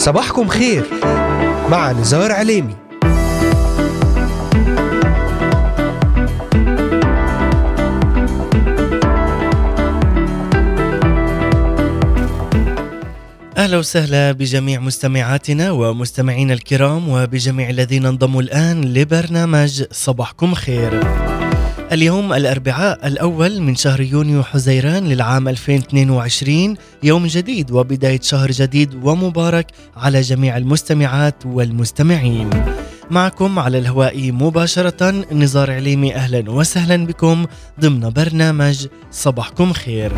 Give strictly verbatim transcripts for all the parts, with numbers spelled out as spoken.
صباحكم خير مع نزار عليمي. أهلا وسهلا بجميع مستمعاتنا ومستمعينا الكرام وبجميع الذين انضموا الآن لبرنامج صباحكم خير. اليوم الأربعاء الأول من شهر يونيو حزيران للعام ألفين واثنين وعشرين، يوم جديد وبداية شهر جديد ومبارك على جميع المستمعات والمستمعين. معكم على الهواء مباشرة نزار عليمي، أهلا وسهلا بكم ضمن برنامج صباحكم خير.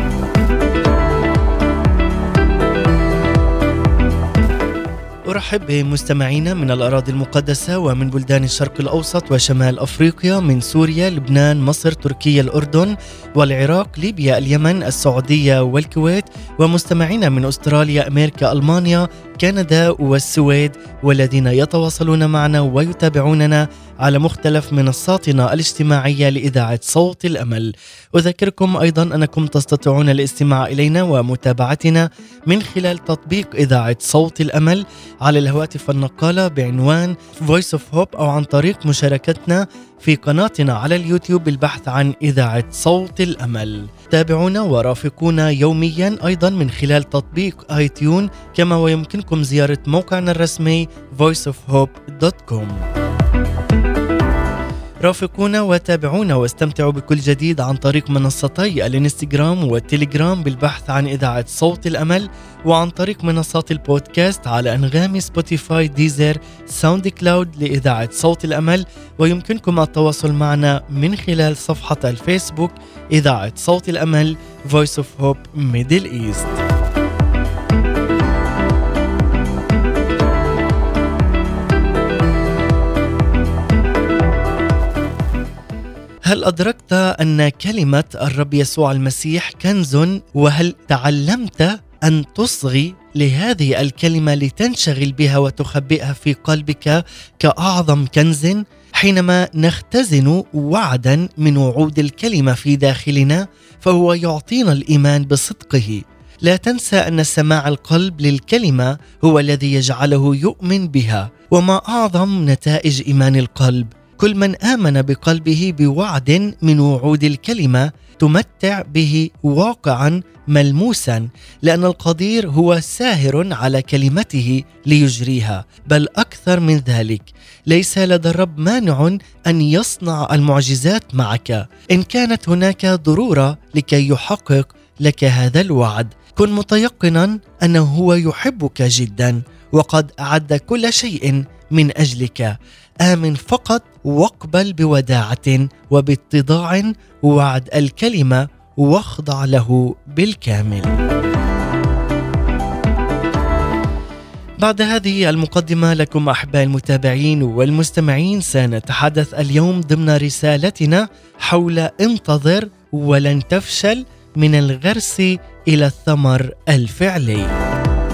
أرحب بمستمعينا من الأراضي المقدسة ومن بلدان الشرق الأوسط وشمال أفريقيا، من سوريا، لبنان، مصر، تركيا، الأردن والعراق، ليبيا، اليمن، السعودية والكويت، ومستمعينا من أستراليا، أمريكا، ألمانيا، كندا والسويد، والذين يتواصلون معنا ويتابعوننا على مختلف منصاتنا الاجتماعية لإذاعة صوت الأمل. أذكركم أيضا أنكم تستطيعون الاستماع إلينا ومتابعتنا من خلال تطبيق إذاعة صوت الأمل على الهواتف النقالة بعنوان Voice of Hope، أو عن طريق مشاركتنا في قناتنا على اليوتيوب بالبحث عن إذاعة صوت الأمل. تابعونا ورافقونا يوميا أيضا من خلال تطبيق آي تيون، كما ويمكنكم زيارة موقعنا الرسمي voice of hope دوت كوم. رافقونا وتابعونا واستمتعوا بكل جديد عن طريق منصتي الانستغرام والتليجرام بالبحث عن إذاعة صوت الأمل، وعن طريق منصات البودكاست على أنغامي، سبوتيفاي، ديزر، ساوند كلاود لإذاعة صوت الأمل. ويمكنكم التواصل معنا من خلال صفحة الفيسبوك إذاعة صوت الأمل Voice of Hope Middle East. هل أدركت أن كلمة الرب يسوع المسيح كنز؟ وهل تعلمت أن تصغي لهذه الكلمة لتنشغل بها وتخبئها في قلبك كأعظم كنز؟ حينما نختزن وعدا من وعود الكلمة في داخلنا فهو يعطينا الإيمان بصدقه. لا تنسى أن سماع القلب للكلمة هو الذي يجعله يؤمن بها. وما أعظم نتائج إيمان القلب؟ كل من آمن بقلبه بوعد من وعود الكلمة تمتع به واقعا ملموسا، لأن القدير هو ساهر على كلمته ليجريها. بل أكثر من ذلك، ليس لدى الرب مانع أن يصنع المعجزات معك إن كانت هناك ضرورة لكي يحقق لك هذا الوعد. كن متيقنا أنه هو يحبك جدا وقد أعد كل شيء من أجلك. آمن فقط واقبل بوداعة وباتضاع وعد الكلمة واخضع له بالكامل. بعد هذه المقدمة لكم أحباء المتابعين والمستمعين، سنتحدث اليوم ضمن رسالتنا حول انتظر ولن تفشل، من الغرس إلى الثمر الفعلي.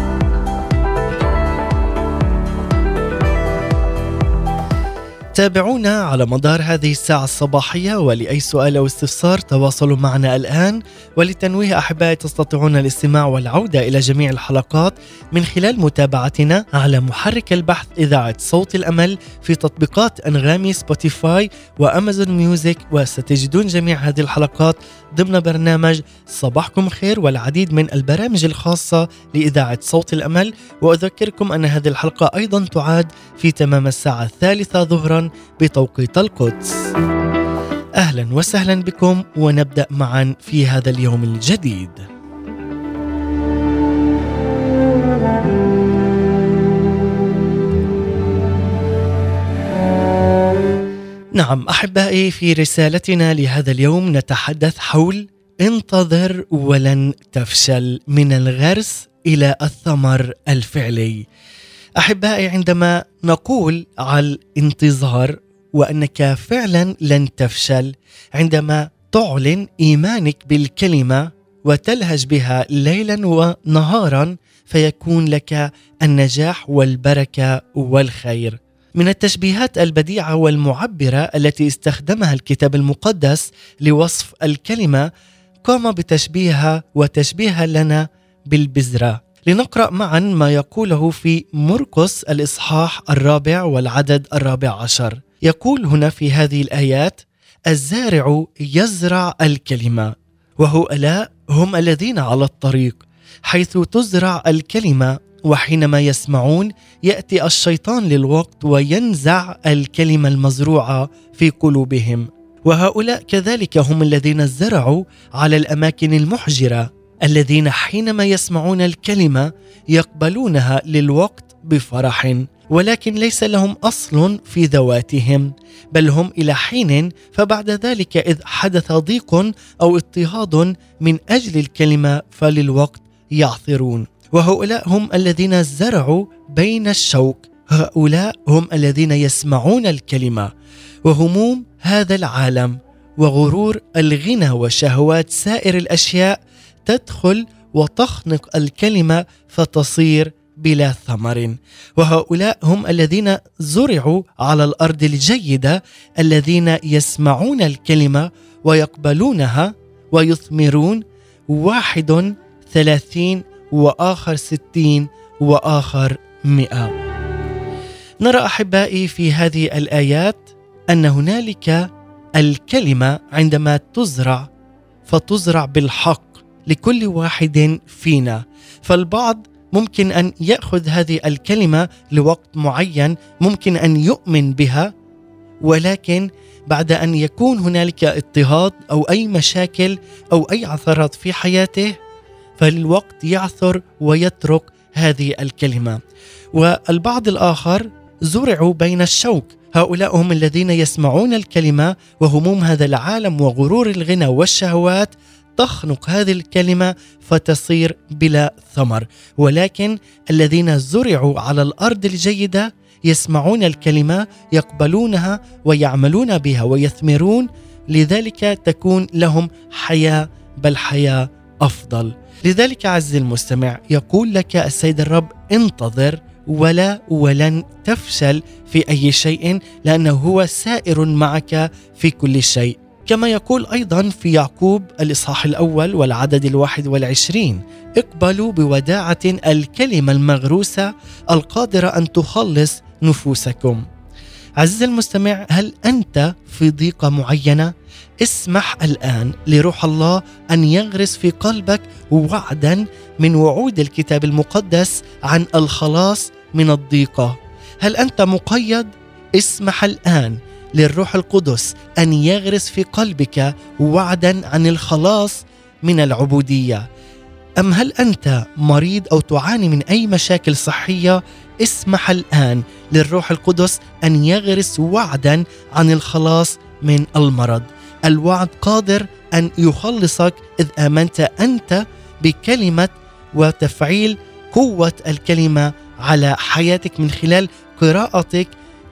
تابعونا على مدار هذه الساعة الصباحية، ولأي سؤال أو استفسار تواصلوا معنا الآن. وللتنويه أحبائي، تستطيعون الاستماع والعودة إلى جميع الحلقات من خلال متابعتنا على محرك البحث إذاعة صوت الأمل في تطبيقات أنغامي، سبوتيفاي وأمازون ميوزك. وستجدون جميع هذه الحلقات ضمن برنامج صباحكم خير والعديد من البرامج الخاصة لإذاعة صوت الأمل. وأذكركم أن هذه الحلقة أيضا تعاد في تمام الساعة الثالثة ظهرا بتوقيت القدس. أهلا وسهلا بكم، ونبدأ معا في هذا اليوم الجديد. نعم أحبائي، في رسالتنا لهذا اليوم نتحدث حول انتظر ولن تفشل، من الغرس إلى الثمر الفعلي. أحبائي، عندما نقول على الانتظار وأنك فعلا لن تفشل، عندما تعلن إيمانك بالكلمة وتلهج بها ليلا ونهارا، فيكون لك النجاح والبركة والخير. من التشبيهات البديعة والمعبرة التي استخدمها الكتاب المقدس لوصف الكلمة، قام بتشبيهها وتشبيهها لنا بالبذرة. لنقرأ معا ما يقوله في مرقس الإصحاح الرابع والعدد الرابع عشر. يقول هنا في هذه الآيات: الزارع يزرع الكلمة، وهؤلاء هم الذين على الطريق حيث تزرع الكلمة، وحينما يسمعون يأتي الشيطان للوقت وينزع الكلمة المزروعة في قلوبهم. وهؤلاء كذلك هم الذين زرعوا على الأماكن المحجرة، الذين حينما يسمعون الكلمة يقبلونها للوقت بفرح، ولكن ليس لهم أصل في ذواتهم، بل هم إلى حين، فبعد ذلك إذ حدث ضيق أو اضطهاد من أجل الكلمة فللوقت يعثرون. وهؤلاء هم الذين زرعوا بين الشوك، هؤلاء هم الذين يسمعون الكلمة، وهموم هذا العالم وغرور الغنى وشهوات سائر الأشياء تدخل وتخنق الكلمة فتصير بلا ثمر. وهؤلاء هم الذين زرعوا على الأرض الجيدة، الذين يسمعون الكلمة ويقبلونها ويثمرون، واحد ثلاثين وآخر ستين وآخر مئة. نرى أحبائي في هذه الآيات أن هنالك الكلمة عندما تزرع فتزرع بالحق لكل واحد فينا. فالبعض ممكن أن يأخذ هذه الكلمة لوقت معين، ممكن أن يؤمن بها، ولكن بعد أن يكون هنالك اضطهاد أو أي مشاكل أو أي عثرات في حياته فالوقت يعثر ويترك هذه الكلمة. والبعض الآخر زرعوا بين الشوك، هؤلاء هم الذين يسمعون الكلمة وهموم هذا العالم وغرور الغنى والشهوات تخنق هذه الكلمة فتصير بلا ثمر. ولكن الذين زرعوا على الأرض الجيدة يسمعون الكلمة، يقبلونها ويعملون بها ويثمرون، لذلك تكون لهم حياة، بل حياة أفضل. لذلك عز المستمع يقول لك السيد الرب: انتظر ولا ولن تفشل في أي شيء، لأنه هو سائر معك في كل شيء. كما يقول أيضا في يعقوب الإصحاح الأول والعدد الواحد والعشرين: اقبلوا بوداعة الكلمة المغروسة القادرة أن تخلص نفوسكم. عزيزي المستمع، هل أنت في ضيقة معينة؟ اسمح الآن لروح الله أن يغرس في قلبك وعدا من وعود الكتاب المقدس عن الخلاص من الضيقة. هل أنت مقيد؟ اسمح الآن للروح القدس أن يغرس في قلبك وعدا عن الخلاص من العبودية. أم هل أنت مريض أو تعاني من أي مشاكل صحية؟ اسمح الآن للروح القدس أن يغرس وعدا عن الخلاص من المرض. الوعد قادر أن يخلصك إذ آمنت أنت بكلمة وتفعيل قوة الكلمة على حياتك من خلال قراءتك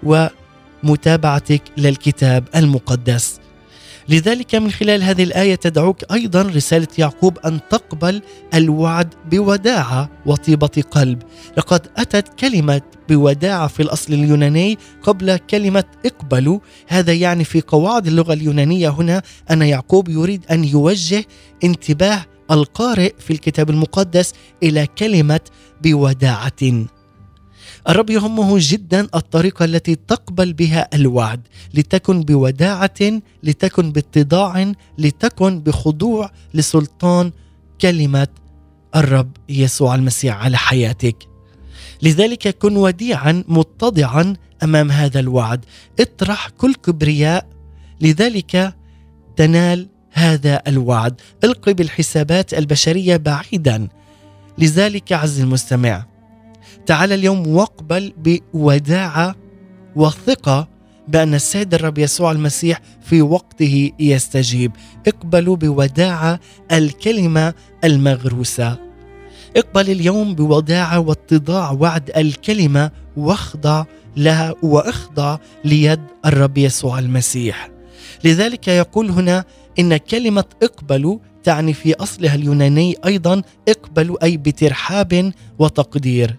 ومتابعتك للكتاب المقدس. لذلك من خلال هذه الآية تدعوك أيضا رسالة يعقوب أن تقبل الوعد بوداعة وطيبة قلب. لقد أتت كلمة بوداعة في الأصل اليوناني قبل كلمة اقبلوا. هذا يعني في قواعد اللغة اليونانية هنا أن يعقوب يريد أن يوجه انتباه القارئ في الكتاب المقدس إلى كلمة بوداعة. الرب يهمه جدا الطريقة التي تقبل بها الوعد، لتكن بوداعة، لتكن باتضاع، لتكن بخضوع لسلطان كلمة الرب يسوع المسيح على حياتك. لذلك كن وديعا متضعا أمام هذا الوعد، اطرح كل كبرياء، لذلك تنال هذا الوعد. القي بالحسابات البشرية بعيدا. لذلك عز المستمع، تعال اليوم واقبل بوداعة وثقة بأن السيد الرب يسوع المسيح في وقته يستجيب. اقبلوا بوداعة الكلمة المغروسة. اقبل اليوم بوداعة واتضاع وعد الكلمة واخضع لها واخضع ليد الرب يسوع المسيح. لذلك يقول هنا إن كلمة اقبلوا تعني في أصلها اليوناني أيضا اقبلوا، أي بترحاب وتقدير.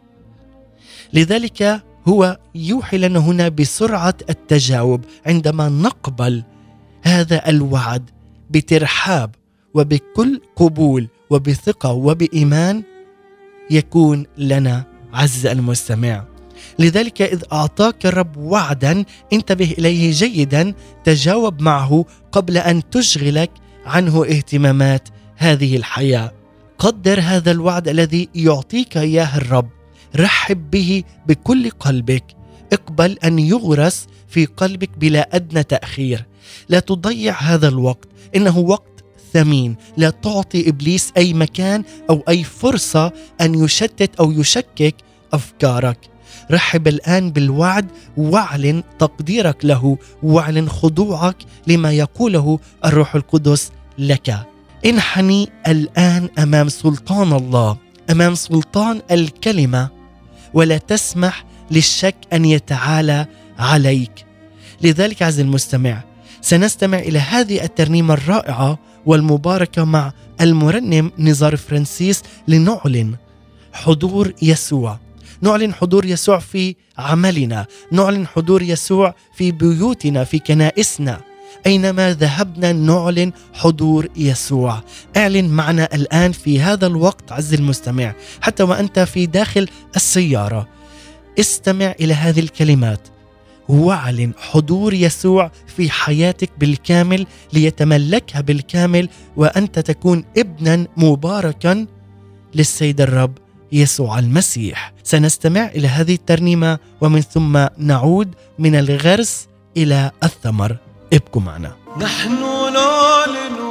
لذلك هو يوحي لنا هنا بسرعة التجاوب. عندما نقبل هذا الوعد بترحاب وبكل قبول وبثقة وبإيمان، يكون لنا عز المستمع. لذلك إذ أعطاك الرب وعدا انتبه إليه جيدا، تجاوب معه قبل أن تشغلك عنه اهتمامات هذه الحياة. قدر هذا الوعد الذي يعطيك إياه الرب، رحب به بكل قلبك، اقبل أن يغرس في قلبك بلا أدنى تأخير. لا تضيع هذا الوقت، إنه وقت ثمين. لا تعطي إبليس أي مكان أو أي فرصة أن يشتت أو يشكك أفكارك. رحب الآن بالوعد واعلن تقديرك له، واعلن خضوعك لما يقوله الروح القدس لك. انحني الآن أمام سلطان الله، أمام سلطان الكلمة، ولا تسمح للشك أن يتعالى عليك. لذلك عز المستمع سنستمع إلى هذه الترنيمة الرائعة والمباركة مع المرنم نزار فرانسيس لنعلن حضور يسوع. نعلن حضور يسوع في عملنا، نعلن حضور يسوع في بيوتنا، في كنائسنا، أينما ذهبنا نعلن حضور يسوع. اعلن معنا الآن في هذا الوقت عز المستمع، حتى وأنت في داخل السيارة استمع إلى هذه الكلمات واعلن حضور يسوع في حياتك بالكامل، ليتملكها بالكامل، وأنت تكون ابنا مباركا للسيد الرب يسوع المسيح. سنستمع إلى هذه الترنيمة ومن ثم نعود من الغرس إلى الثمر. ابقوا معنا. نحن نعلن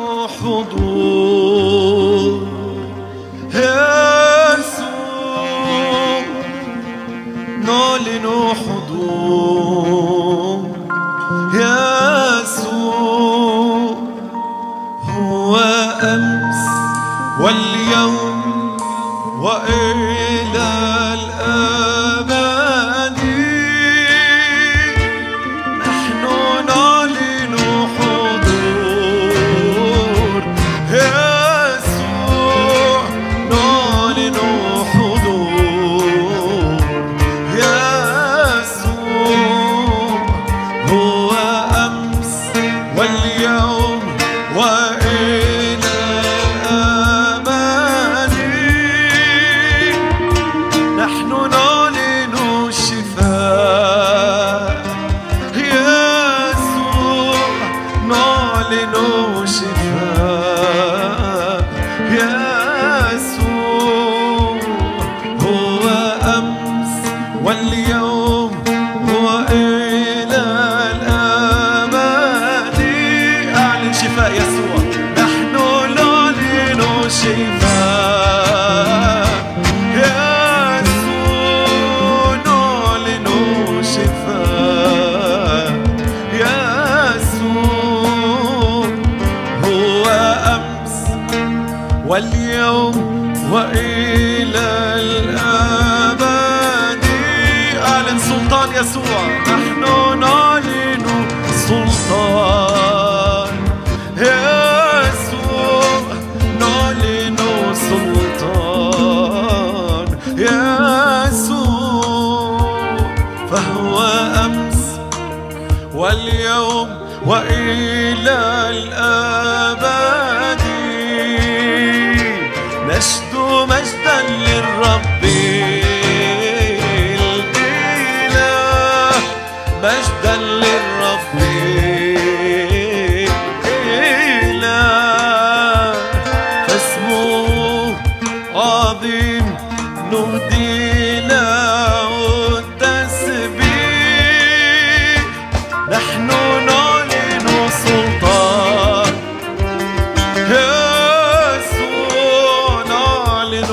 حضور يسوع، نعلن حضور يسوع، هو أمس واليوم وإلى الأبد. نحن نعلن حضور يسوع، نعلن حضور يسوع، هو أمس واليوم وإلى الأبد. نحن نعلن الشفاء يسوع، نعلن الشفاء يسوع، هو أمس واليوم وإلى الأبد. أعلن شفاء يسوع، نحن نعلن شفاء يسوع، نعلن شفاء يسوع، هو أمس واليوم وإلى الأبد. أعلن سلطان يسوع، نحن نعلن سلطان يسوع، نعلن سلطان يسوع، فهو أمس واليوم وإلى الأبد. نشد مجدا للرب الإله، مجدا للرب الإله، فاسمه عظيم، نهدي له التسبيح. نحن نعلن سلطان يسوع، نعلن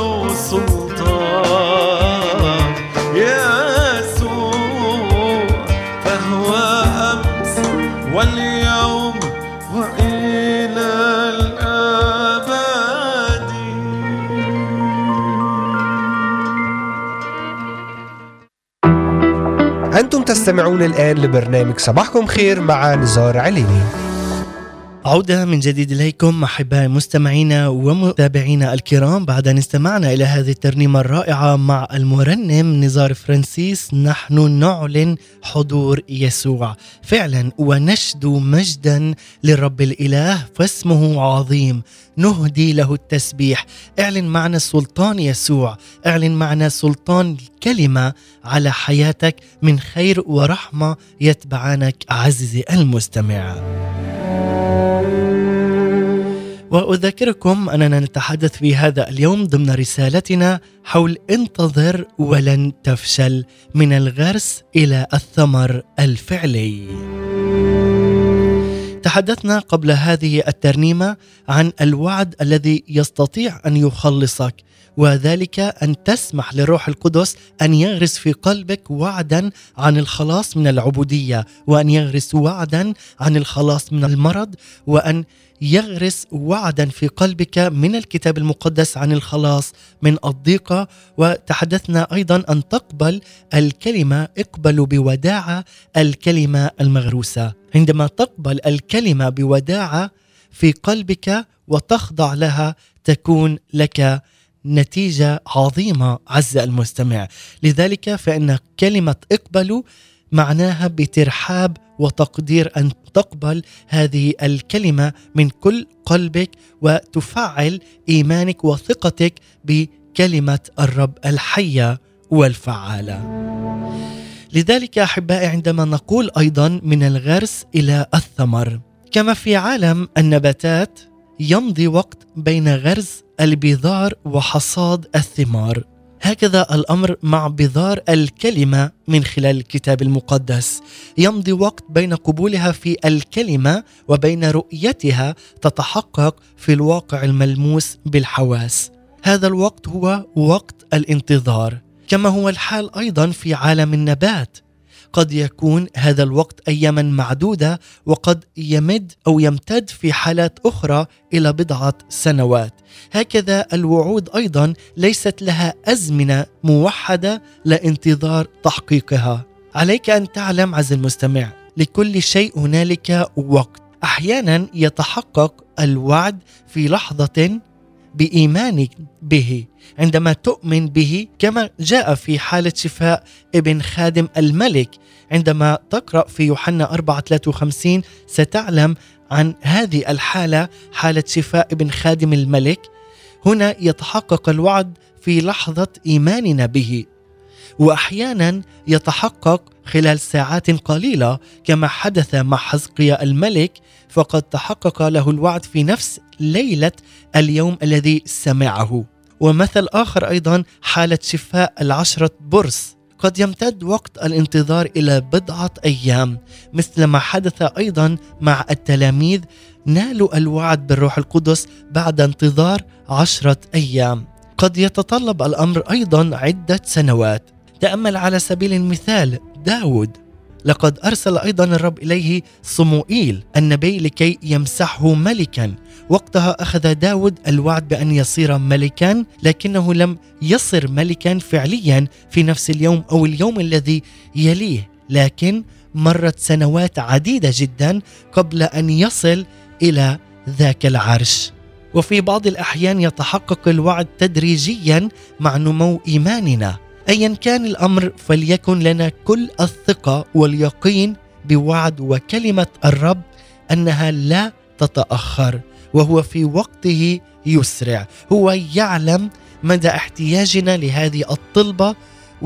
سلطان يسوع، فهو أمس واليوم وإلى الأبد. أنتم تستمعون الآن لبرنامج صباحكم خير مع نزار عليمي. عودة من جديد إليكم أحبائي مستمعينا ومتابعينا الكرام بعد أن استمعنا إلى هذه الترنيمة الرائعة مع المرنم نزار فرانسيس. نحن نعلن حضور يسوع فعلا ونشدو مجدا للرب الإله فاسمه عظيم، نهدي له التسبيح. اعلن معنا سلطان يسوع، اعلن معنا سلطان الكلمة على حياتك من خير ورحمة يتبعانك عزيزي المستمع. وأذكركم أننا نتحدث في هذا اليوم ضمن رسالتنا حول انتظر ولن تفشل، من الغرس إلى الثمر الفعلي. تحدثنا قبل هذه الترنيمة عن الوعد الذي يستطيع أن يخلصك، وذلك أن تسمح للروح القدس أن يغرس في قلبك وعدا عن الخلاص من العبودية، وأن يغرس وعدا عن الخلاص من المرض، وأن يغرس وعدا في قلبك من الكتاب المقدس عن الخلاص من الضيقة. وتحدثنا أيضا أن تقبل الكلمة، اقبلوا بوداعة الكلمة المغروسة. عندما تقبل الكلمة بوداعة في قلبك وتخضع لها تكون لك نتيجة عظيمة عز المستمع. لذلك فإن كلمة اقبلوا معناها بترحاب وتقدير أن تقبل هذه الكلمة من كل قلبك وتفعل إيمانك وثقتك بكلمة الرب الحية والفعالة. لذلك أحبائي عندما نقول أيضا من الغرس إلى الثمر، كما في عالم النباتات يمضي وقت بين غرس البذار وحصاد الثمار، هكذا الأمر مع بذار الكلمة من خلال الكتاب المقدس. يمضي وقت بين قبولها في الكلمة وبين رؤيتها تتحقق في الواقع الملموس بالحواس. هذا الوقت هو وقت الانتظار، كما هو الحال أيضا في عالم النبات. قد يكون هذا الوقت أياما معدودة، وقد يمد أو يمتد في حالات أخرى إلى بضعة سنوات. هكذا الوعود أيضا ليست لها أزمنة موحدة لانتظار تحقيقها. عليك أن تعلم عز المستمع لكل شيء هنالك وقت. أحيانا يتحقق الوعد في لحظة بإيمانك به، عندما تؤمن به، كما جاء في حالة شفاء ابن خادم الملك. عندما تقرأ في يوحنا أربعة ثلاثة وخمسين ستعلم عن هذه الحالة، حالة شفاء ابن خادم الملك. هنا يتحقق الوعد في لحظة إيماننا به، وأحيانا يتحقق خلال ساعات قليلة كما حدث مع حزقيا الملك، فقد تحقق له الوعد في نفس ليلة اليوم الذي سمعه. ومثل آخر أيضا حالة شفاء العشرة برص، قد يمتد وقت الانتظار إلى بضعة أيام، مثل ما حدث أيضا مع التلاميذ، نالوا الوعد بالروح القدس بعد انتظار عشرة أيام. قد يتطلب الأمر أيضا عدة سنوات. تأمل على سبيل المثال داود، لقد أرسل أيضا الرب إليه صموئيل النبي لكي يمسحه ملكا. وقتها أخذ داود الوعد بأن يصير ملكا، لكنه لم يصر ملكا فعليا في نفس اليوم أو اليوم الذي يليه، لكن مرت سنوات عديدة جدا قبل أن يصل إلى ذاك العرش. وفي بعض الأحيان يتحقق الوعد تدريجيا مع نمو إيماننا. أيا كان الأمر فليكن لنا كل الثقة واليقين بوعد وكلمة الرب أنها لا تتأخر، وهو في وقته يسرع. هو يعلم مدى احتياجنا لهذه الطلبة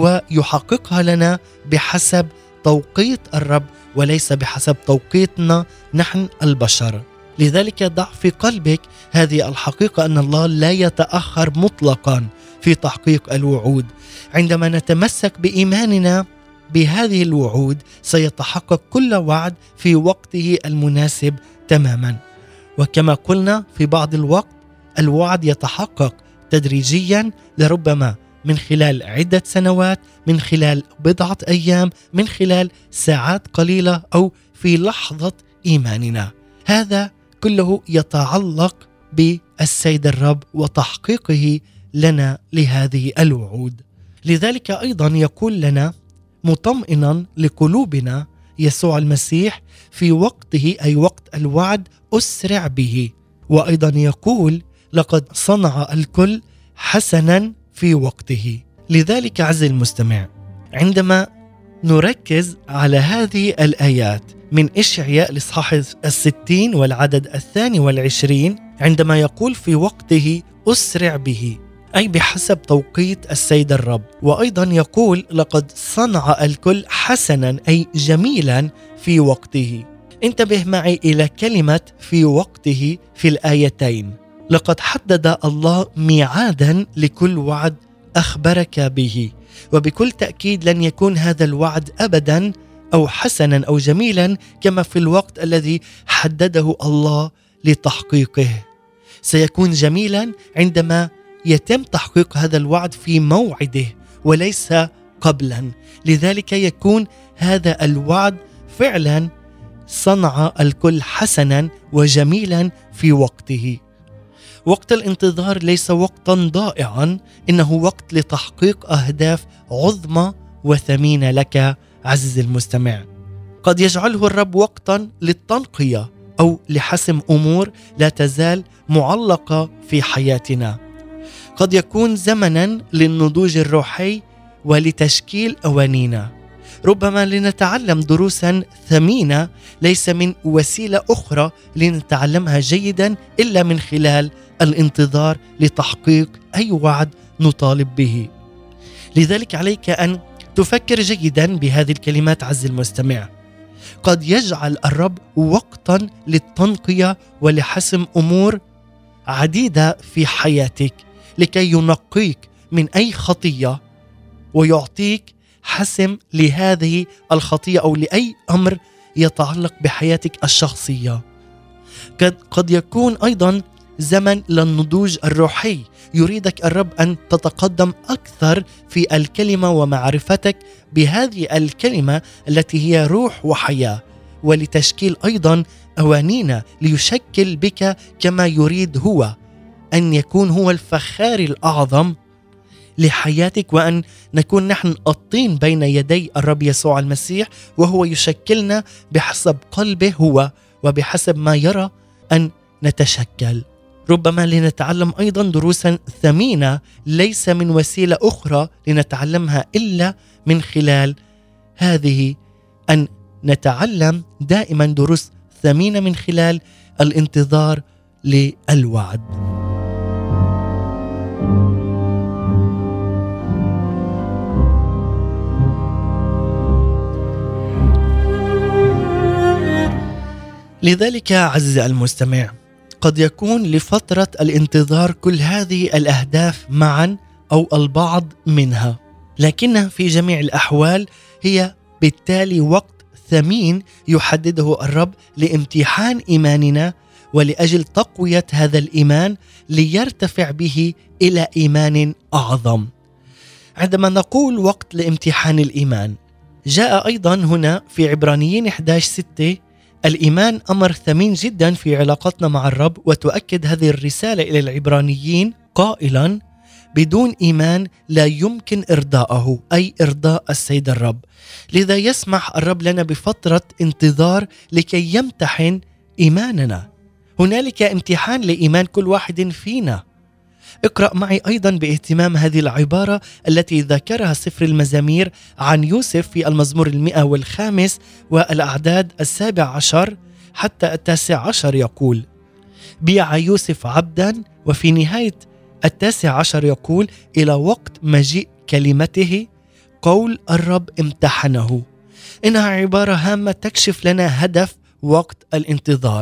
ويحققها لنا بحسب توقيت الرب وليس بحسب توقيتنا نحن البشر. لذلك ضع في قلبك هذه الحقيقة أن الله لا يتأخر مطلقا في تحقيق الوعود. عندما نتمسك بإيماننا بهذه الوعود سيتحقق كل وعد في وقته المناسب تماما. وكما قلنا في بعض الوقت الوعد يتحقق تدريجيا، لربما من خلال عدة سنوات، من خلال بضعة أيام، من خلال ساعات قليلة، أو في لحظة إيماننا. هذا كله يتعلق بالسيد الرب وتحقيقه لنا لهذه الوعود. لذلك أيضا يقول لنا مطمئنا لقلوبنا، يسوع المسيح في وقته، أي وقت الوعد، أسرع به. وأيضا يقول لقد صنع الكل حسنا في وقته. لذلك عز المستمع، عندما نركز على هذه الآيات من إشعياء الإصحاح الستين والعدد الثاني والعشرين، عندما يقول في وقته أسرع به، أي بحسب توقيت السيد الرب. وأيضا يقول لقد صنع الكل حسنا، أي جميلا في وقته. انتبه معي إلى كلمة في وقته في الآيتين. لقد حدد الله ميعادا لكل وعد أخبرك به، وبكل تأكيد لن يكون هذا الوعد أبدا أو حسنا أو جميلا كما في الوقت الذي حدده الله لتحقيقه. سيكون جميلا عندما يتم تحقيق هذا الوعد في موعده وليس قبلا. لذلك يكون هذا الوعد فعلا صنع الكل حسنا وجميلا في وقته. وقت الانتظار ليس وقتا ضائعا، إنه وقت لتحقيق أهداف عظمى وثمينة لك عزيزي المستمع. قد يجعله الرب وقتا للتنقية أو لحسم أمور لا تزال معلقة في حياتنا. قد يكون زمنا للنضوج الروحي ولتشكيل أوانينا، ربما لنتعلم دروسا ثمينة ليس من وسيلة أخرى لنتعلمها جيدا إلا من خلال الانتظار لتحقيق أي وعد نطالب به. لذلك عليك أن تفكر جيدا بهذه الكلمات عز المستمع. قد يجعل الرب وقتا للتنقية ولحسم أمور عديدة في حياتك لكي ينقيك من أي خطية ويعطيك حسم لهذه الخطية أو لأي أمر يتعلق بحياتك الشخصية. قد, قد يكون أيضا زمن للنضوج الروحي، يريدك الرب أن تتقدم أكثر في الكلمة ومعرفتك بهذه الكلمة التي هي روح وحياة، ولتشكيل أيضا أوانينا ليشكل بك كما يريد هو، أن يكون هو الفخار الأعظم لحياتك، وأن نكون نحن الطين بين يدي الرب يسوع المسيح، وهو يشكلنا بحسب قلبه هو وبحسب ما يرى أن نتشكل. ربما لنتعلم أيضا دروسا ثمينة ليس من وسيلة أخرى لنتعلمها إلا من خلال هذه، أن نتعلم دائما دروس ثمينة من خلال الانتظار للوعد. لذلك عزيزي المستمع، قد يكون لفترة الانتظار كل هذه الأهداف معا أو البعض منها، لكنها في جميع الأحوال هي بالتالي وقت ثمين يحدده الرب لامتحان إيماننا ولأجل تقوية هذا الإيمان ليرتفع به إلى إيمان أعظم. عندما نقول وقت لامتحان الإيمان، جاء أيضا هنا في عبرانيين إحدى عشر ستة الإيمان أمر ثمين جدا في علاقتنا مع الرب، وتؤكد هذه الرسالة إلى العبرانيين قائلا بدون إيمان لا يمكن إرضاءه، أي إرضاء السيد الرب. لذا يسمح الرب لنا بفترة انتظار لكي يمتحن إيماننا. هنالك امتحان لإيمان كل واحد فينا. اقرأ معي أيضا باهتمام هذه العبارة التي ذكرها سفر المزامير عن يوسف في المزمور المئة والخامس والأعداد السابع عشر حتى التاسع عشر، يقول: بيع يوسف عبدا، وفي نهاية التاسع عشر يقول: إلى وقت مجيء كلمته قول الرب امتحنه. إنها عبارة هامة تكشف لنا هدف وقت الانتظار،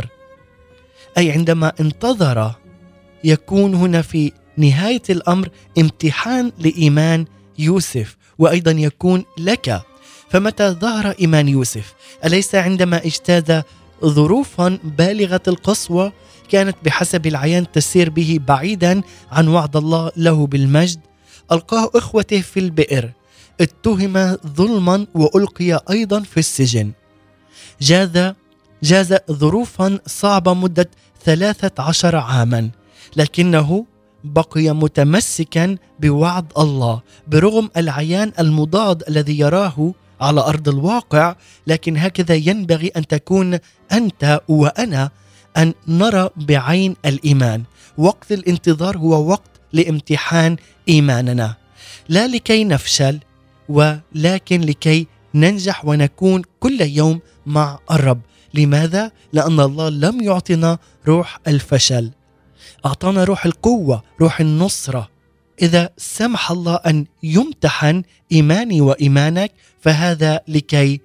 أي عندما انتظر يكون هنا في نهاية الأمر امتحان لإيمان يوسف، وأيضا يكون لك. فمتى ظهر إيمان يوسف؟ أليس عندما اجتاز ظروفا بالغة القسوة كانت بحسب العيان تسير به بعيدا عن وعد الله له بالمجد؟ ألقاه إخوته في البئر، اتهم ظلما وألقي أيضا في السجن، جاز جاز ظروفا صعبة مدة ثلاثة عشر عاما، لكنه بقي متمسكا بوعد الله برغم العيان المضاد الذي يراه على أرض الواقع، لكن هكذا ينبغي أن تكون أنت وأنا، أن نرى بعين الإيمان. وقت الانتظار هو وقت لامتحان إيماننا، لا لكي نفشل ولكن لكي ننجح ونكون كل يوم مع الرب. لماذا؟ لأن الله لم يعطنا روح الفشل، أعطانا روح القوة، روح النصرة. إذا سمح الله أن يمتحن إيماني وإيمانك فهذا لكي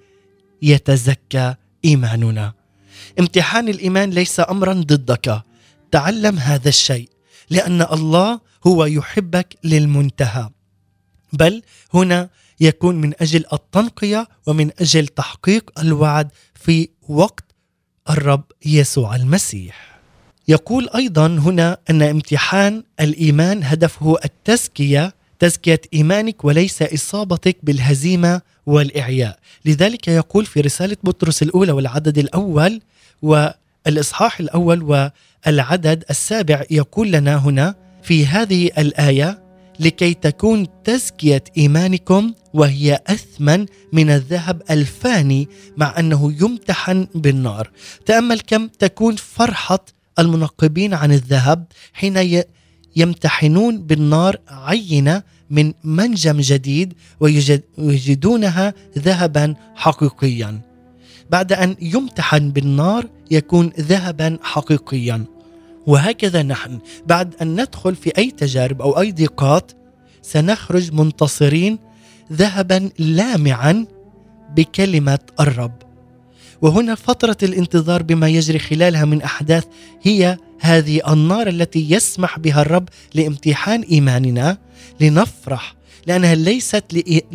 يتزكى إيماننا. امتحان الإيمان ليس أمرا ضدك، تعلم هذا الشيء، لأن الله هو يحبك للمنتهى، بل هنا يكون من أجل التنقية ومن أجل تحقيق الوعد في وقت الرب يسوع المسيح. يقول أيضا هنا أن امتحان الإيمان هدفه التزكية، تزكية إيمانك وليس إصابتك بالهزيمة والإعياء. لذلك يقول في رسالة بطرس الأولى والعدد الأول والإصحاح الأول والعدد السابع، يقول لنا هنا في هذه الآية: لكي تكون تزكية إيمانكم وهي أثمن من الذهب الفاني مع أنه يمتحن بالنار. تأمل كم تكون فرحة المنقبين عن الذهب حين يمتحنون بالنار عينة من منجم جديد ويجدونها ذهبا حقيقيا. بعد أن يمتحن بالنار يكون ذهبا حقيقيا. وهكذا نحن بعد أن ندخل في أي تجارب أو أي ضيقات سنخرج منتصرين ذهبا لامعا بكلمة الرب. وهنا فترة الانتظار بما يجري خلالها من أحداث هي هذه النار التي يسمح بها الرب لامتحان إيماننا، لنفرح لأنها ليست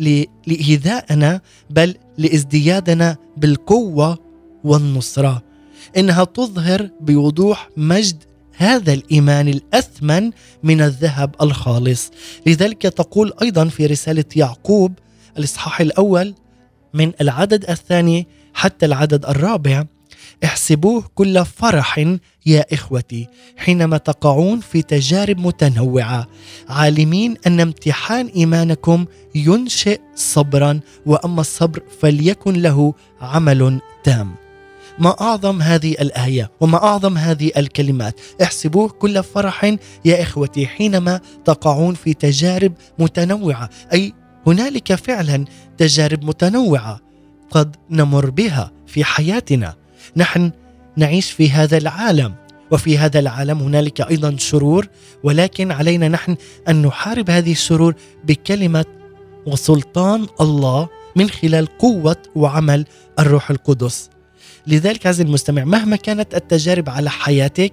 لإيذائنا بل لازديادنا بالقوة والنصرة. إنها تظهر بوضوح مجد هذا الإيمان الأثمن من الذهب الخالص. لذلك تقول أيضا في رسالة يعقوب الإصحاح الأول من العدد الثاني حتى العدد الرابع: احسبوه كل فرح يا إخوتي حينما تقعون في تجارب متنوعة، عالمين أن امتحان إيمانكم ينشئ صبرا، وأما الصبر فليكن له عمل تام. ما أعظم هذه الآية وما أعظم هذه الكلمات: احسبوه كل فرح يا إخوتي حينما تقعون في تجارب متنوعة. أي هنالك فعلا تجارب متنوعة قد نمر بها في حياتنا. نحن نعيش في هذا العالم، وفي هذا العالم هنالك أيضا شرور، ولكن علينا نحن أن نحارب هذه الشرور بكلمة وسلطان الله من خلال قوة وعمل الروح القدس. لذلك عزيزي المستمع، مهما كانت التجارب على حياتك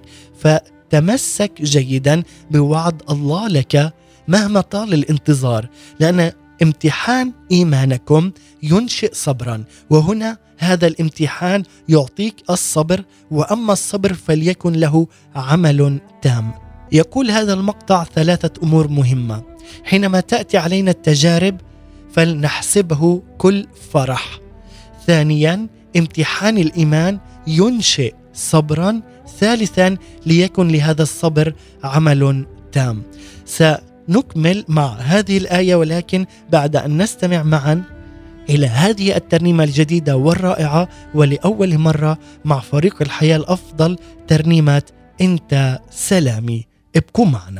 فتمسك جيدا بوعد الله لك مهما طال الانتظار، لأن امتحان إيمانكم ينشئ صبرا، وهنا هذا الامتحان يعطيك الصبر، وأما الصبر فليكن له عمل تام. يقول هذا المقطع ثلاثة أمور مهمة. حينما تأتي علينا التجارب فلنحسبه كل فرح. ثانيا، امتحان الإيمان ينشئ صبرا. ثالثا، ليكن لهذا الصبر عمل تام. سنكمل مع هذه الآية، ولكن بعد أن نستمع معا إلى هذه الترنيمة الجديدة والرائعة ولأول مرة مع فريق الحياة الأفضل، ترنيمة أنت سلامي. ابقوا معنا.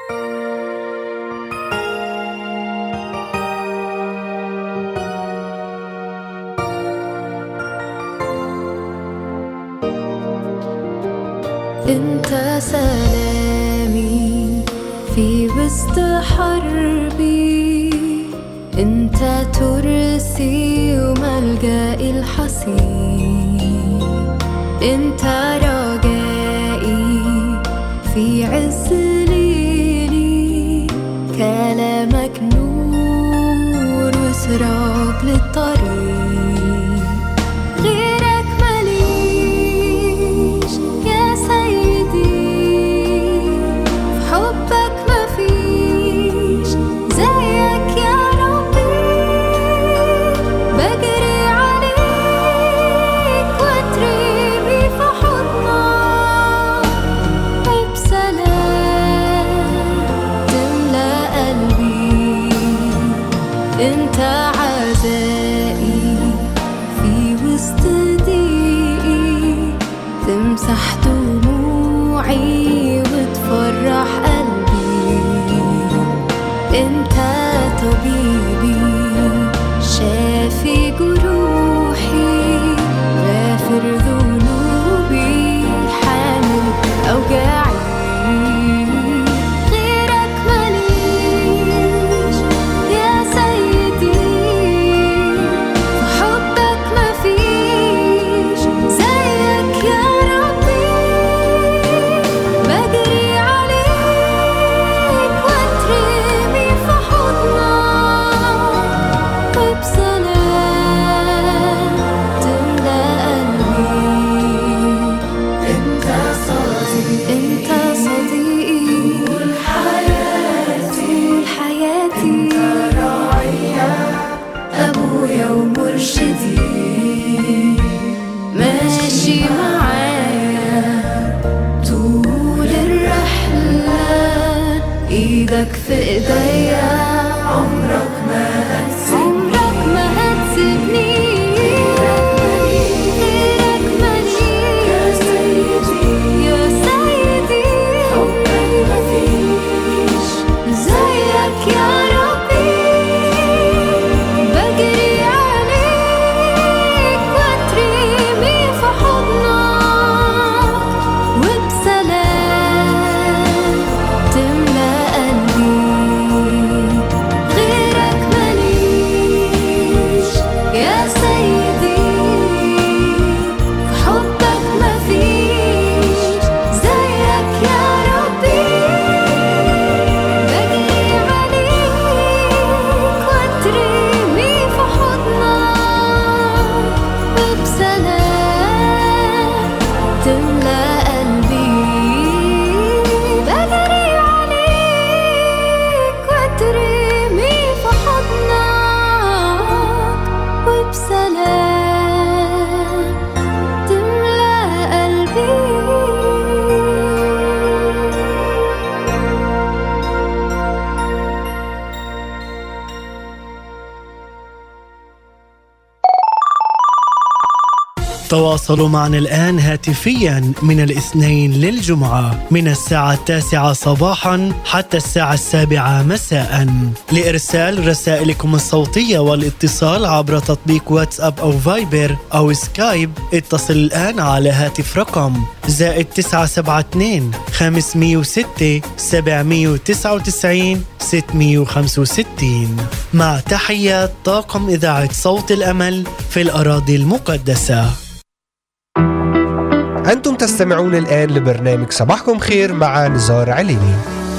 انت سلامي في وسط حربي، انت ترسي وملجأي الحصين، انت رجائي في عز ليلي، كلامك نور وسراج للطريق. انت عزائي روحي وتفرح قلبي. انت طبيبي شافي جروحي، غافر ذنوبي، حامل أوجاعي. غيرك ماليش يا سيدي، في حبك مفيش زيك يا ربي. بجري عليك واترمي في حضنك، وبسلام تملأ قلبي. انت صديقي، انت صديقي، طول حياتي، طول حياتي. انت راعية، أبويا ومرشدي، ماشي معايا طول الرحلة. ايدك في ايديا، عمرك ما هتسيبني، عمرك ما هتسيبني. غيرك ماليش يا سيدي، يا سيدي. حبك مفيش زيك يا ربي. بجري عليك واترمي في حضنك، وبسلام تملأ قلبي. غيرك ماليش يا سيدي، في حبك مفيش زيك يا ربي. بجري عليك واترمي في حضنك، وبسلام تملأ قلبي. بجري عليك واترمي في حضنك، وبسلام تملأ قلبي. تواصلوا معنا الآن هاتفيا من الاثنين للجمعة من الساعة التاسعة صباحا حتى الساعة السابعة مساء لإرسال رسائلكم الصوتية والاتصال عبر تطبيق واتساب أو فايبر أو سكايب. اتصل الآن على هاتف رقم زائد تسعة سبعة اثنين خمسمية وستة سبعمية وتسعة وتسعين ستمية وخمسة وستين. مع تحيات طاقم إذاعة صوت الأمل في الأراضي المقدسة. أنتم تستمعون الآن لبرنامج صباحكم خير مع نزار عليمي.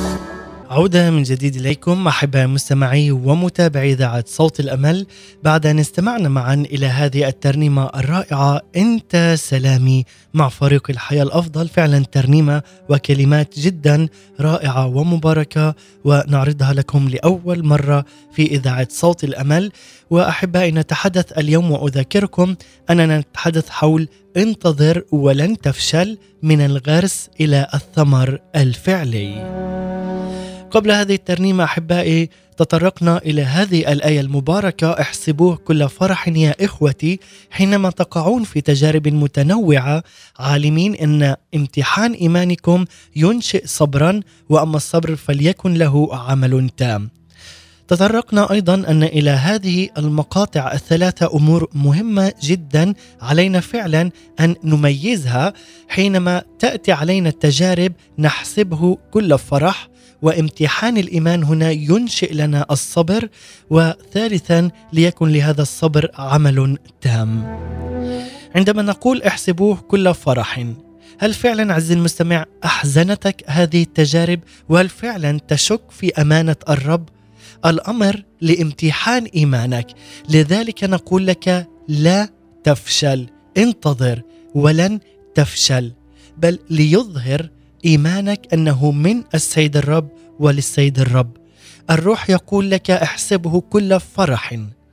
عودة من جديد إليكم أحباء مستمعي ومتابعي إذاعة صوت الأمل، بعد أن استمعنا معا إلى هذه الترنيمة الرائعة أنت سلامي مع فريق الحياة الأفضل. فعلا ترنيمة وكلمات جدا رائعة ومباركة، ونعرضها لكم لأول مرة في إذاعة صوت الأمل. وأحبائي نتحدث اليوم وأذكركم أننا نتحدث حول انتظر ولن تفشل، من الغرس إلى الثمر الفعلي. قبل هذه الترنيمة أحبائي تطرقنا إلى هذه الآية المباركة: احسبوه كل فرح يا إخوتي حينما تقعون في تجارب متنوعة، عالمين أن امتحان إيمانكم ينشئ صبرا، وأما الصبر فليكن له عمل تام. تطرقنا أيضا أن إلى هذه المقاطع الثلاثة أمور مهمة جدا علينا فعلا أن نميزها حينما تأتي علينا التجارب. نحسبه كل فرح، وامتحان الإيمان هنا ينشئ لنا الصبر، وثالثا ليكن لهذا الصبر عمل تام. عندما نقول احسبوه كل فرح، هل فعلا عز المستمع أحزنتك هذه التجارب؟ وهل فعلا تشك في أمانة الرب؟ الأمر لامتحان إيمانك، لذلك نقول لك لا تفشل، انتظر ولن تفشل، بل ليظهر إيمانك أنه من السيد الرب وللسيد الرب. الروح يقول لك احسبه كل فرح.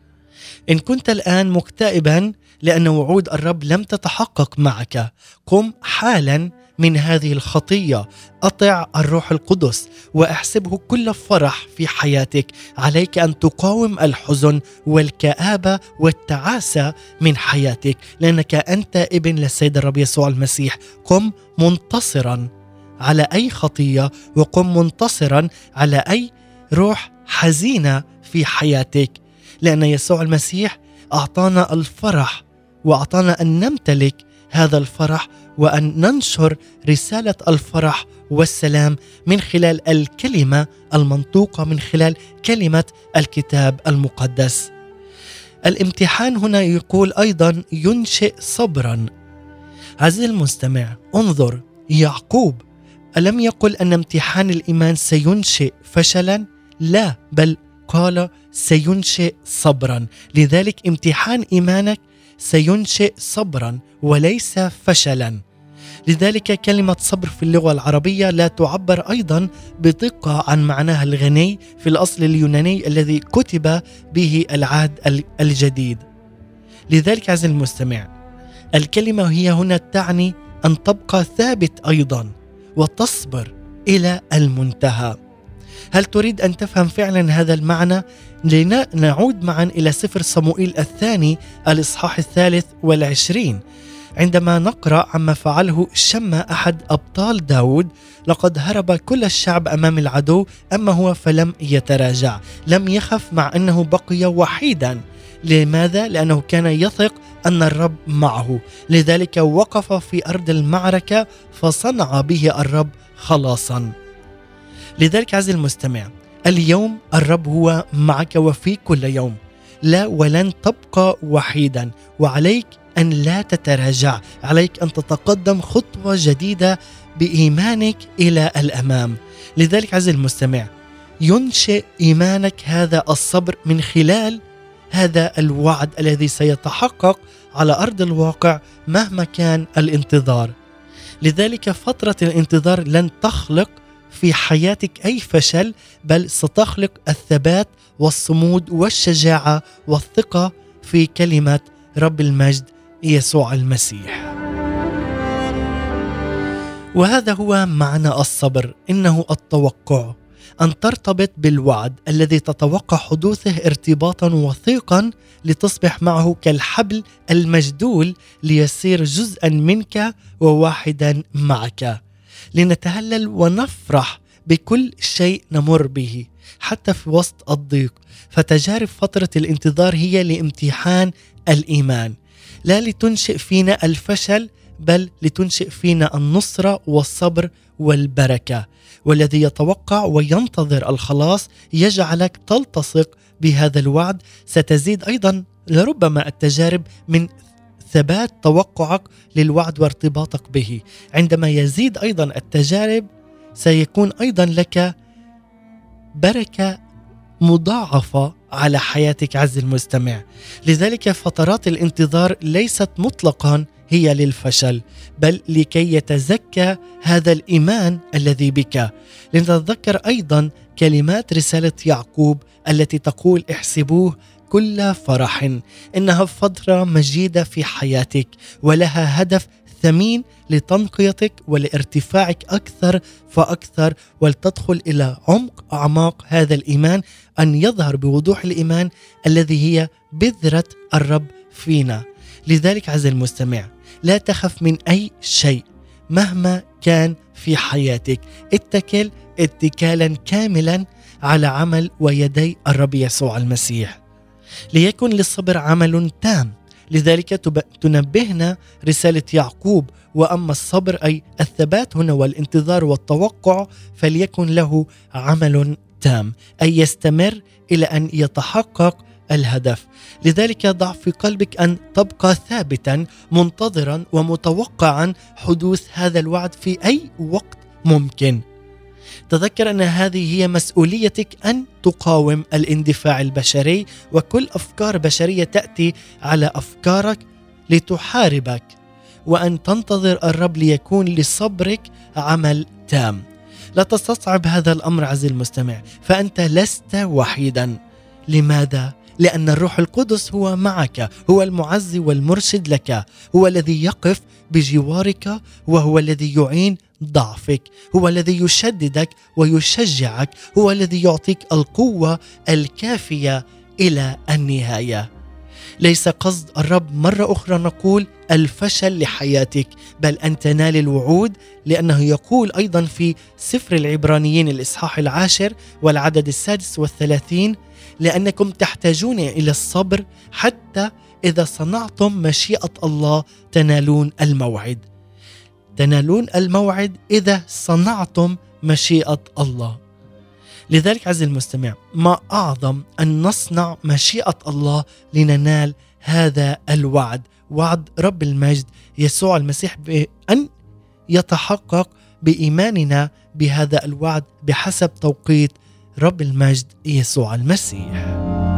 إن كنت الآن مكتئبا لأن وعود الرب لم تتحقق معك، قم حالا من هذه الخطية، أطع الروح القدس واحسبه كل فرح في حياتك. عليك أن تقاوم الحزن والكآبة والتعاسة من حياتك، لأنك أنت ابن للسيد الرب يسوع المسيح. قم منتصرا على أي خطية، وقم منتصرا على أي روح حزينة في حياتك، لأن يسوع المسيح أعطانا الفرح، وأعطانا أن نمتلك هذا الفرح وأن ننشر رسالة الفرح والسلام من خلال الكلمة المنطوقة، من خلال كلمة الكتاب المقدس. الامتحان هنا يقول أيضا ينشئ صبرا. عزيزي المستمع، انظر، يعقوب ألم يقل أن امتحان الإيمان سينشئ فشلا؟ لا، بل قال سينشئ صبرا. لذلك امتحان إيمانك سينشئ صبرا وليس فشلا. لذلك كلمة صبر في اللغة العربية لا تعبر أيضا بدقة عن معناها الغني في الأصل اليوناني الذي كتب به العهد الجديد. لذلك عزيزي المستمع، الكلمة هي هنا تعني أن تبقى ثابت أيضا وتصبر إلى المنتهى. هل تريد أن تفهم فعلا هذا المعنى؟ لنعود معا إلى سفر صموئيل الثاني الإصحاح الثالث والعشرين، عندما نقرأ عما فعله شمة أحد أبطال داود. لقد هرب كل الشعب أمام العدو، أما هو فلم يتراجع، لم يخف مع أنه بقي وحيدا. لماذا؟ لأنه كان يثق أن الرب معه، لذلك وقف في أرض المعركة فصنع به الرب خلاصا. لذلك عزيزي المستمع، اليوم الرب هو معك وفي كل يوم، لا ولن تبقى وحيدا، وعليك أن لا تتراجع، عليك أن تتقدم خطوة جديدة بإيمانك إلى الأمام. لذلك عزيزي المستمع، ينشئ إيمانك هذا الصبر من خلال هذا الوعد الذي سيتحقق على أرض الواقع مهما كان الانتظار. لذلك فترة الانتظار لن تخلق في حياتك أي فشل، بل ستخلق الثبات والصمود والشجاعة والثقة في كلمة رب المجد يسوع المسيح. وهذا هو معنى الصبر، إنه التوقع، أن ترتبط بالوعد الذي تتوقع حدوثه ارتباطا وثيقا لتصبح معه كالحبل المجدول ليصير جزءا منك وواحدا معك، لنتهلل ونفرح بكل شيء نمر به حتى في وسط الضيق. فتجارب فترة الانتظار هي لامتحان الإيمان، لا لتنشئ فينا الفشل، بل لتنشئ فينا النصرة والصبر والبركة. والذي يتوقع وينتظر الخلاص يجعلك تلتصق بهذا الوعد. ستزيد أيضا لربما التجارب من ثبات توقعك للوعد وارتباطك به. عندما يزيد أيضا التجارب سيكون أيضا لك بركة مضاعفة على حياتك عز المستمع. لذلك فترات الانتظار ليست مطلقا هي للفشل، بل لكي يتزكى هذا الإيمان الذي بك. لنتذكر أيضا كلمات رسالة يعقوب التي تقول احسبوه كل فرح، إنها فترة مجيدة في حياتك ولها هدف ثمين لتنقيتك ولارتفاعك أكثر فأكثر، ولتدخل إلى عمق أعماق هذا الإيمان، أن يظهر بوضوح الإيمان الذي هي بذرة الرب فينا. لذلك عز المستمع، لا تخف من أي شيء مهما كان في حياتك، اتكل اتكالا كاملا على عمل ويدي الرب يسوع المسيح، ليكن للصبر عمل تام. لذلك تنبهنا رسالة يعقوب، وأما الصبر أي الثبات هنا والانتظار والتوقع فليكن له عمل تام، أي يستمر إلى أن يتحقق الهدف. لذلك ضع في قلبك أن تبقى ثابتا منتظرا ومتوقعا حدوث هذا الوعد في أي وقت ممكن. تذكر أن هذه هي مسؤوليتك، أن تقاوم الاندفاع البشري وكل أفكار بشرية تأتي على أفكارك لتحاربك، وأن تنتظر الرب ليكون لصبرك عمل تام. لا تستصعب هذا الأمر عزيزي المستمع، فأنت لست وحيدا. لماذا؟ لأن الروح القدس هو معك، هو المعزي والمرشد لك، هو الذي يقف بجوارك، وهو الذي يعين ضعفك، هو الذي يشددك ويشجعك، هو الذي يعطيك القوة الكافية إلى النهاية. ليس قصد الرب مرة أخرى نقول الفشل لحياتك، بل أن تنال الوعود، لأنه يقول أيضا في سفر العبرانيين الإصحاح العاشر والعدد السادس والثلاثين: لأنكم تحتاجون إلى الصبر حتى إذا صنعتم مشيئة الله تنالون الموعد. تنالون الموعد إذا صنعتم مشيئة الله. لذلك عزيزي المستمع، ما أعظم أن نصنع مشيئة الله لننال هذا الوعد، وعد رب المجد يسوع المسيح، بأن يتحقق بإيماننا بهذا الوعد بحسب توقيت رب المجد يسوع المسيح.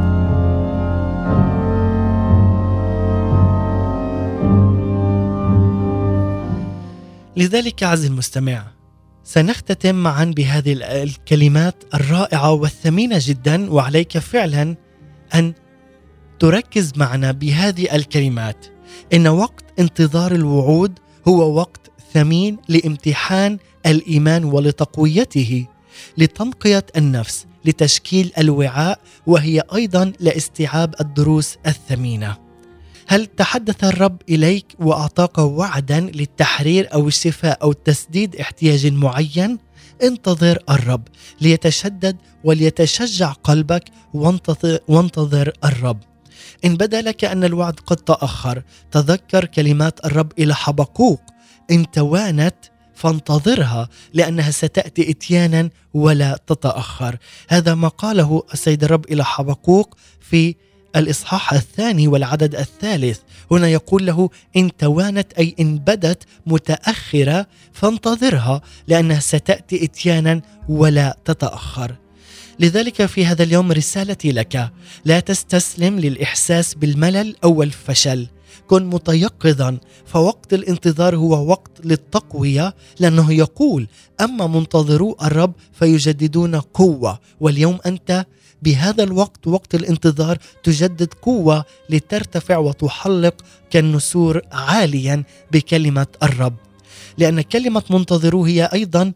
لذلك عزيزي المستمع، سنختتم معا بهذه الكلمات الرائعة والثمينة جدا، وعليك فعلا أن تركز معنا بهذه الكلمات. إن وقت انتظار الوعود هو وقت ثمين لامتحان الإيمان ولتقويته، لتنقية النفس، لتشكيل الوعاء، وهي أيضا لاستيعاب الدروس الثمينة. هل تحدث الرب إليك وأعطاك وعدا للتحرير أو الشفاء أو تسديد احتياج معين؟ انتظر الرب ليتشدد وليتشجع قلبك، وانتظر, وانتظر الرب. إن بدا لك أن الوعد قد تأخر، تذكر كلمات الرب إلى حبقوق: إن توانت فانتظرها لأنها ستأتي إتيانا ولا تتأخر. هذا ما قاله السيد الرب إلى حبقوق في الإصحاح الثاني والعدد الثالث. هنا يقول له: إن توانت، أي إن بدت متأخرة، فانتظرها لأنها ستأتي إتيانا ولا تتأخر. لذلك في هذا اليوم رسالتي لك: لا تستسلم للإحساس بالملل أو الفشل، كن متيقظا، فوقت الانتظار هو وقت للتقوية، لأنه يقول: أما منتظرو الرب فيجددون قوة. واليوم أنت بهذا الوقت، وقت الانتظار، تجدد قوة لترتفع وتحلق كالنسور عاليا بكلمة الرب، لأن كلمة منتظرو هي أيضا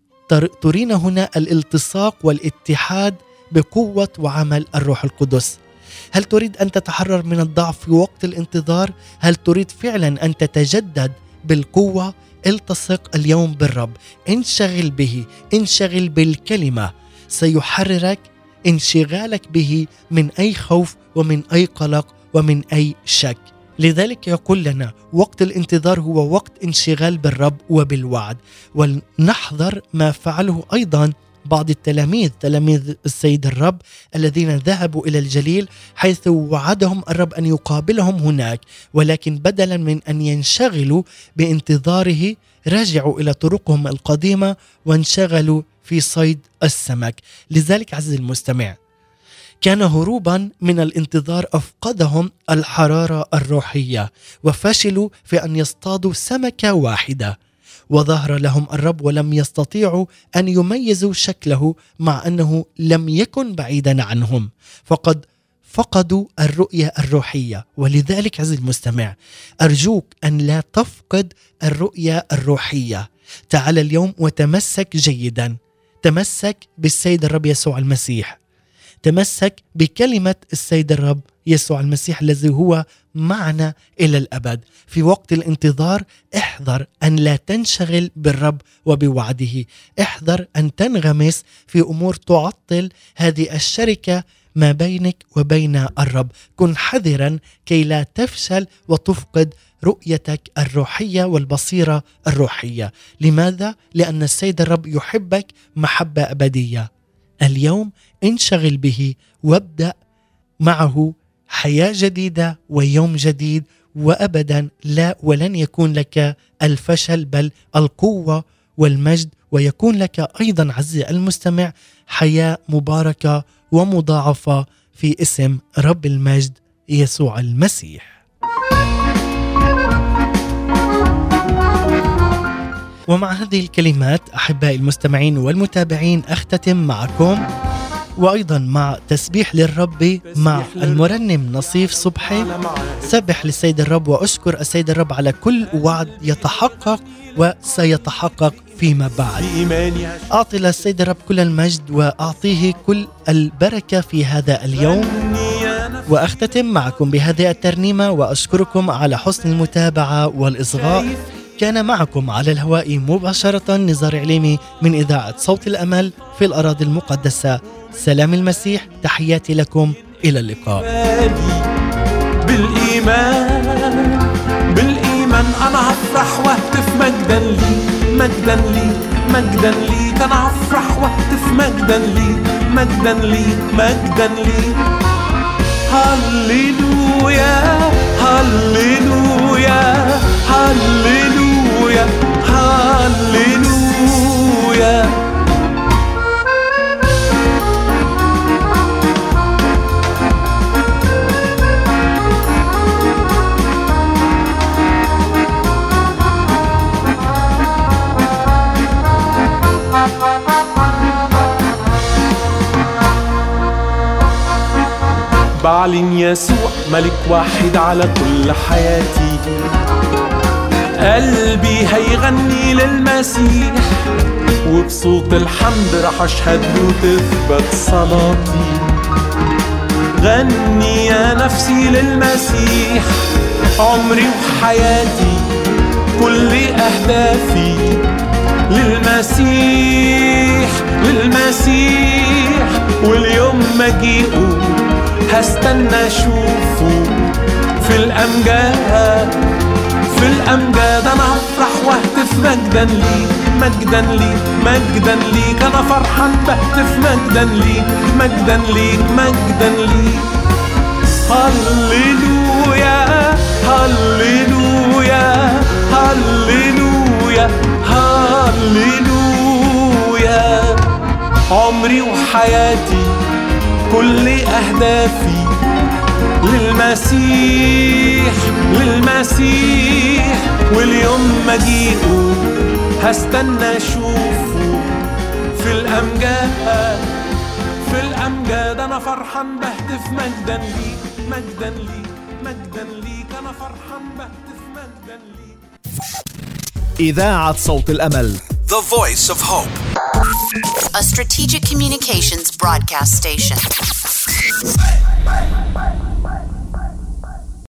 ترينا هنا الالتصاق والاتحاد بقوة وعمل الروح القدس. هل تريد أن تتحرر من الضعف في وقت الانتظار؟ هل تريد فعلا أن تتجدد بالقوة؟ التصق اليوم بالرب، انشغل به، انشغل بالكلمة، سيحررك انشغالك به من أي خوف ومن أي قلق ومن أي شك. لذلك يقول لنا وقت الانتظار هو وقت انشغال بالرب وبالوعد. ولنحذر ما فعله أيضا بعض التلاميذ، تلاميذ السيد الرب الذين ذهبوا إلى الجليل، حيث وعدهم الرب أن يقابلهم هناك، ولكن بدلا من أن ينشغلوا بانتظاره رجعوا إلى طرقهم القديمة وانشغلوا في صيد السمك. لذلك عزيزي المستمع، كان هروبا من الانتظار أفقدهم الحرارة الروحية، وفشلوا في أن يصطادوا سمكة واحدة، وظهر لهم الرب ولم يستطيعوا أن يميزوا شكله، مع أنه لم يكن بعيدا عنهم، فقد فقدوا الرؤية الروحية. ولذلك عزيزي المستمع، أرجوك أن لا تفقد الرؤية الروحية. تعال اليوم وتمسك جيدا، تمسك بالسيد الرب يسوع المسيح، تمسك بكلمة السيد الرب يسوع المسيح الذي هو معنا إلى الأبد. في وقت الانتظار احذر أن لا تنشغل بالرب وبوعده، احذر أن تنغمس في أمور تعطل هذه الشركة ما بينك وبين الرب. كن حذرا كي لا تفشل وتفقد رؤيتك الروحية والبصيرة الروحية. لماذا؟ لأن السيد الرب يحبك محبة أبدية. اليوم انشغل به وابدأ معه حياة جديدة ويوم جديد، وأبدا لا ولن يكون لك الفشل بل القوة والمجد، ويكون لك أيضا عزيزي المستمع حياة مباركة ومضاعفة في اسم رب المجد يسوع المسيح. ومع هذه الكلمات أحبائي المستمعين والمتابعين أختتم معكم، وأيضا مع تسبيح للرب مع المرنم نصيف صبحي. سبح للسيد الرب وأشكر السيد الرب على كل وعد يتحقق وسيتحقق فيما بعد. أعطي للسيد الرب كل المجد وأعطيه كل البركة في هذا اليوم، وأختتم معكم بهذه الترنيمة وأشكركم على حسن المتابعة والإصغاء. كان معكم على الهواء مباشرة نزار عليمي من إذاعة صوت الأمل في الأراضي المقدسة. سلام المسيح، تحياتي لكم، إلى اللقاء. بالإيمان بالإيمان أنا هفرح واهتف مجدا لي مجدا لي مجدا لي. أنا هفرح واهتف مجدا لي مجدا لي مجدا لي. هاليلويا هاليلويا هاليلويا هاليلويا. بعلن يسوع ملك واحد على كل حياتي. قلبي هيغني للمسيح وبصوت الحمد رح أشهد له تثبت صلاتي. غني يا نفسي للمسيح، عمري وحياتي كل أهدافي للمسيح للمسيح. واليوم مجيئه هستنى أشوفه في الأمجاد في الأمجاد. أنا هفرح واهتف مجدا لي مجدا لي مجدا ليك. أنا فرحان بهتف مجدا لي مجدا ليك مجدا لي. هاليلويا هاليلويا هاليلويا هاليلويا. عمري وحياتي كل أهدافي للمسيح للمسيح. واليوم مجيئه هستنى أشوفه في الأمجاد في الأمجاد. أنا فرحان بهتف مجدا لي مجدا لي مجدا ليك. أنا فرحان بهتف مجدا لي. إذاعة صوت الأمل The Voice of Hope. A strategic communications broadcast station.